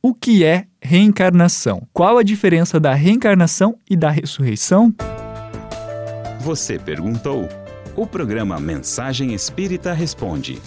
O que é reencarnação? Qual a diferença da reencarnação e da ressurreição? Você perguntou. O programa Mensagem Espírita Responde.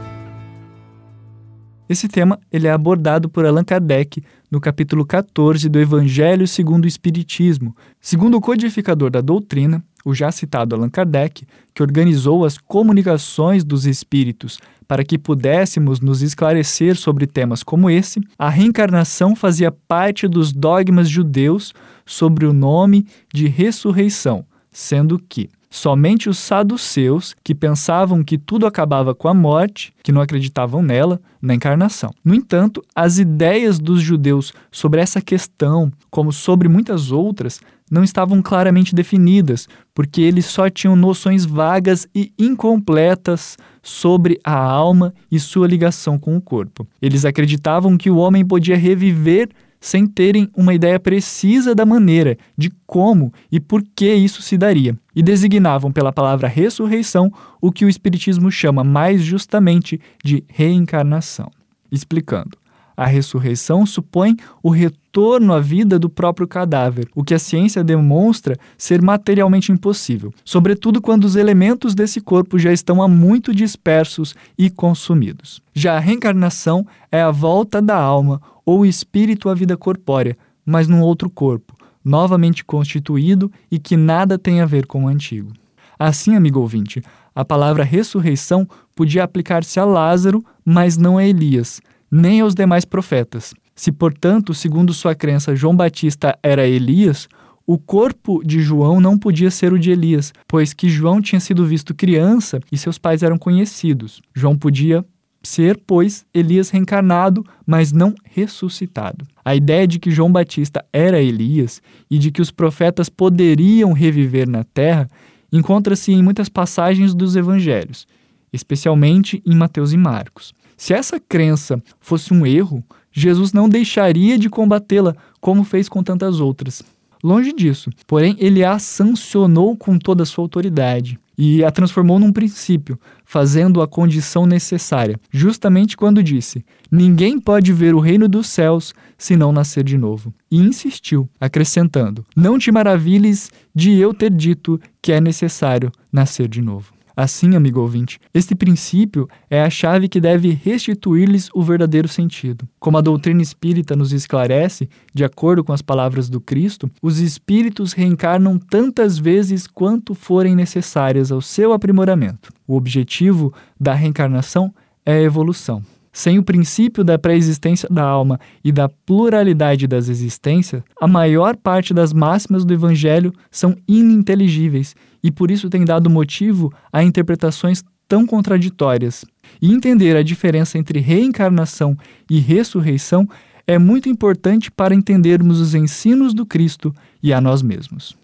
Esse tema ele é abordado por Allan Kardec no capítulo 14 do Evangelho segundo o Espiritismo. Segundo o codificador da doutrina, o já citado Allan Kardec, que organizou as comunicações dos espíritos para que pudéssemos nos esclarecer sobre temas como esse, a reencarnação fazia parte dos dogmas judeus sobre o nome de ressurreição, sendo que somente os saduceus, que pensavam que tudo acabava com a morte, que não acreditavam nela, na encarnação. No entanto, as ideias dos judeus sobre essa questão, como sobre muitas outras, não estavam claramente definidas, porque eles só tinham noções vagas e incompletas sobre a alma e sua ligação com o corpo. Eles acreditavam que o homem podia reviver sem terem uma ideia precisa da maneira, de como e por que isso se daria, e designavam pela palavra ressurreição o que o Espiritismo chama mais justamente de reencarnação. Explicando, a ressurreição supõe o retorno à vida do próprio cadáver, o que a ciência demonstra ser materialmente impossível, sobretudo quando os elementos desse corpo já estão há muito dispersos e consumidos. Já a reencarnação é a volta da alma ou espírito à vida corpórea, mas num outro corpo, novamente constituído e que nada tem a ver com o antigo. Assim, amigo ouvinte, a palavra ressurreição podia aplicar-se a Lázaro, mas não a Elias, nem aos demais profetas. Se, portanto, segundo sua crença, João Batista era Elias, o corpo de João não podia ser o de Elias, pois que João tinha sido visto criança e seus pais eram conhecidos. João podia ser, pois, Elias reencarnado, mas não ressuscitado. A ideia de que João Batista era Elias e de que os profetas poderiam reviver na terra encontra-se em muitas passagens dos evangelhos, especialmente em Mateus e Marcos. Se essa crença fosse um erro, Jesus não deixaria de combatê-la como fez com tantas outras. Longe disso, porém, ele a sancionou com toda a sua autoridade e a transformou num princípio, fazendo a condição necessária, justamente quando disse: ninguém pode ver o reino dos céus se não nascer de novo. E insistiu, acrescentando: não te maravilhes de eu ter dito que é necessário nascer de novo. Assim, amigo ouvinte, este princípio é a chave que deve restituir-lhes o verdadeiro sentido. Como a doutrina espírita nos esclarece, de acordo com as palavras do Cristo, os espíritos reencarnam tantas vezes quanto forem necessárias ao seu aprimoramento. O objetivo da reencarnação é a evolução. Sem o princípio da pré-existência da alma e da pluralidade das existências, a maior parte das máximas do Evangelho são ininteligíveis e por isso tem dado motivo a interpretações tão contraditórias. E entender a diferença entre reencarnação e ressurreição é muito importante para entendermos os ensinos do Cristo e a nós mesmos.